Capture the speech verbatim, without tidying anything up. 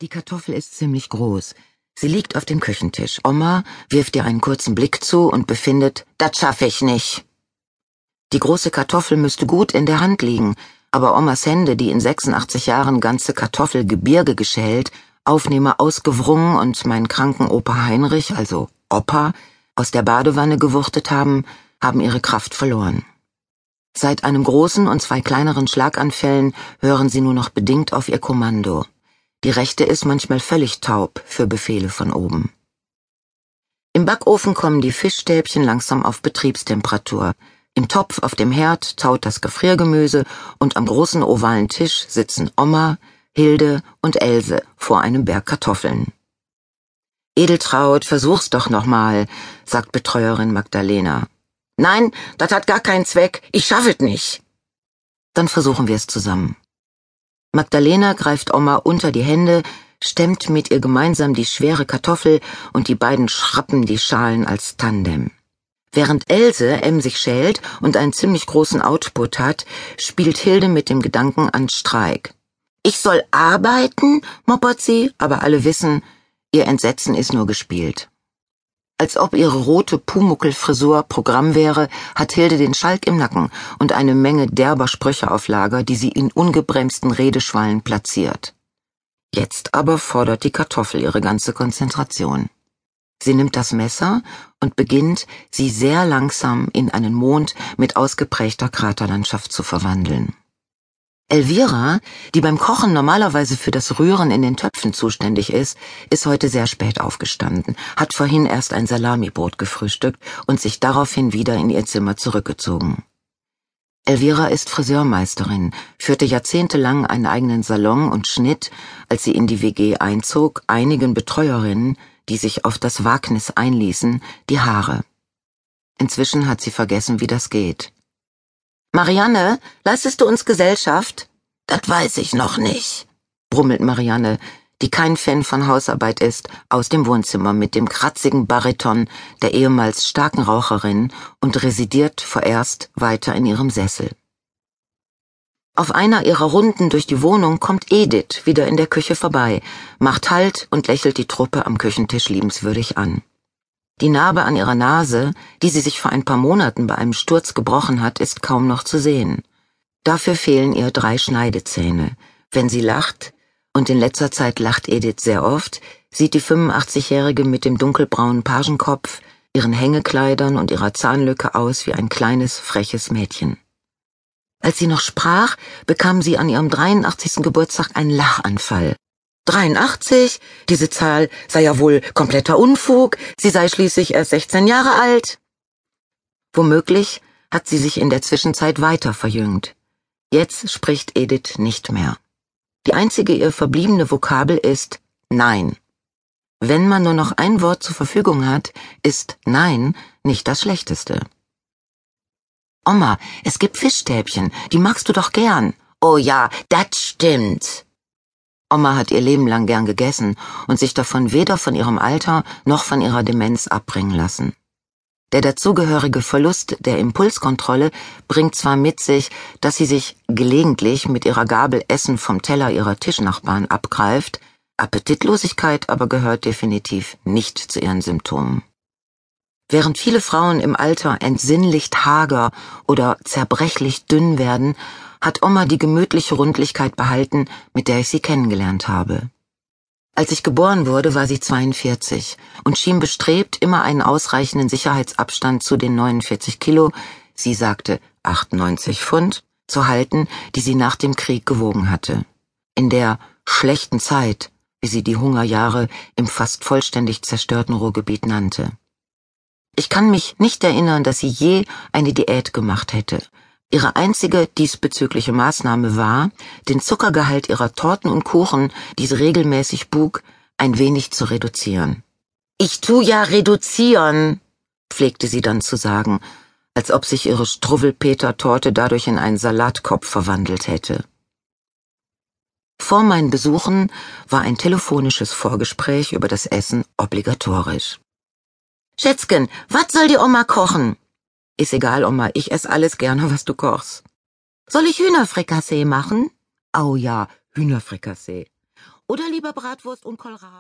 Die Kartoffel ist ziemlich groß. Sie liegt auf dem Küchentisch. Oma wirft ihr einen kurzen Blick zu und befindet, das schaffe ich nicht. Die große Kartoffel müsste gut in der Hand liegen, aber Omas Hände, die in sechsundachtzig Jahren ganze Kartoffelgebirge geschält, Aufnehmer ausgewrungen und meinen kranken Opa Heinrich, also Opa, aus der Badewanne gewuchtet haben, haben ihre Kraft verloren. Seit einem großen und zwei kleineren Schlaganfällen hören sie nur noch bedingt auf ihr Kommando. Die Rechte ist manchmal völlig taub für Befehle von oben. Im Backofen kommen die Fischstäbchen langsam auf Betriebstemperatur. Im Topf auf dem Herd taut das Gefriergemüse und am großen ovalen Tisch sitzen Oma, Hilde und Else vor einem Berg Kartoffeln. »Edeltraud, versuch's doch noch mal«, sagt Betreuerin Magdalena. »Nein, das hat gar keinen Zweck, ich schaff es nicht.« Dann versuchen wir es zusammen. Magdalena greift Oma unter die Hände, stemmt mit ihr gemeinsam die schwere Kartoffel und die beiden schrappen die Schalen als Tandem. Während Else emsig schält und einen ziemlich großen Output hat, spielt Hilde mit dem Gedanken an Streik. »Ich soll arbeiten«, moppert sie, aber alle wissen, ihr Entsetzen ist nur gespielt. Als ob ihre rote Pumuckl-Frisur Programm wäre, hat Hilde den Schalk im Nacken und eine Menge derber Sprüche auf Lager, die sie in ungebremsten Redeschwallen platziert. Jetzt aber fordert die Kartoffel ihre ganze Konzentration. Sie nimmt das Messer und beginnt, sie sehr langsam in einen Mond mit ausgeprägter Kraterlandschaft zu verwandeln. Elvira, die beim Kochen normalerweise für das Rühren in den Töpfen zuständig ist, ist heute sehr spät aufgestanden, hat vorhin erst ein Salamibrot gefrühstückt und sich daraufhin wieder in ihr Zimmer zurückgezogen. Elvira ist Friseurmeisterin, führte jahrzehntelang einen eigenen Salon und schnitt, als sie in die W G einzog, einigen Betreuerinnen, die sich auf das Wagnis einließen, die Haare. Inzwischen hat sie vergessen, wie das geht. »Marianne, leistest du uns Gesellschaft?« »Das weiß ich noch nicht«, brummelt Marianne, die kein Fan von Hausarbeit ist, aus dem Wohnzimmer mit dem kratzigen Bariton der ehemals starken Raucherin und residiert vorerst weiter in ihrem Sessel. Auf einer ihrer Runden durch die Wohnung kommt Edith wieder in der Küche vorbei, macht Halt und lächelt die Truppe am Küchentisch liebenswürdig an. Die Narbe an ihrer Nase, die sie sich vor ein paar Monaten bei einem Sturz gebrochen hat, ist kaum noch zu sehen. Dafür fehlen ihr drei Schneidezähne. Wenn sie lacht, und in letzter Zeit lacht Edith sehr oft, sieht die fünfundachtzigjährige mit dem dunkelbraunen Pagenkopf, ihren Hängekleidern und ihrer Zahnlücke aus wie ein kleines, freches Mädchen. Als sie noch sprach, bekam sie an ihrem dreiundachtzigsten Geburtstag einen Lachanfall. dreiundachtzig, diese Zahl sei ja wohl kompletter Unfug, sie sei schließlich erst sechzehn Jahre alt. Womöglich hat sie sich in der Zwischenzeit weiter verjüngt. Jetzt spricht Edith nicht mehr. Die einzige ihr verbliebene Vokabel ist Nein. Wenn man nur noch ein Wort zur Verfügung hat, ist Nein nicht das Schlechteste. »Oma, es gibt Fischstäbchen, die magst du doch gern.« »Oh ja, das stimmt.« Oma hat ihr Leben lang gern gegessen und sich davon weder von ihrem Alter noch von ihrer Demenz abbringen lassen. Der dazugehörige Verlust der Impulskontrolle bringt zwar mit sich, dass sie sich gelegentlich mit ihrer Gabel Essen vom Teller ihrer Tischnachbarn abgreift, Appetitlosigkeit aber gehört definitiv nicht zu ihren Symptomen. Während viele Frauen im Alter entsinnlicht hager oder zerbrechlich dünn werden, hat Oma die gemütliche Rundlichkeit behalten, mit der ich sie kennengelernt habe. Als ich geboren wurde, war sie zweiundvierzig und schien bestrebt, immer einen ausreichenden Sicherheitsabstand zu den neunundvierzig Kilo, sie sagte achtundneunzig Pfund, zu halten, die sie nach dem Krieg gewogen hatte. In der schlechten Zeit, wie sie die Hungerjahre im fast vollständig zerstörten Ruhrgebiet nannte. Ich kann mich nicht erinnern, dass sie je eine Diät gemacht hätte. Ihre einzige diesbezügliche Maßnahme war, den Zuckergehalt ihrer Torten und Kuchen, die sie regelmäßig buk, ein wenig zu reduzieren. »Ich tu ja reduzieren«, pflegte sie dann zu sagen, als ob sich ihre Struwwelpeter-Torte dadurch in einen Salatkopf verwandelt hätte. Vor meinen Besuchen war ein telefonisches Vorgespräch über das Essen obligatorisch. »Schätzchen, was soll die Oma kochen?« »Ist egal, Oma, ich ess alles gerne, was du kochst.« »Soll ich Hühnerfrikassee machen?« »Oh ja, Hühnerfrikassee.« Oder lieber Bratwurst und Kohlrabi?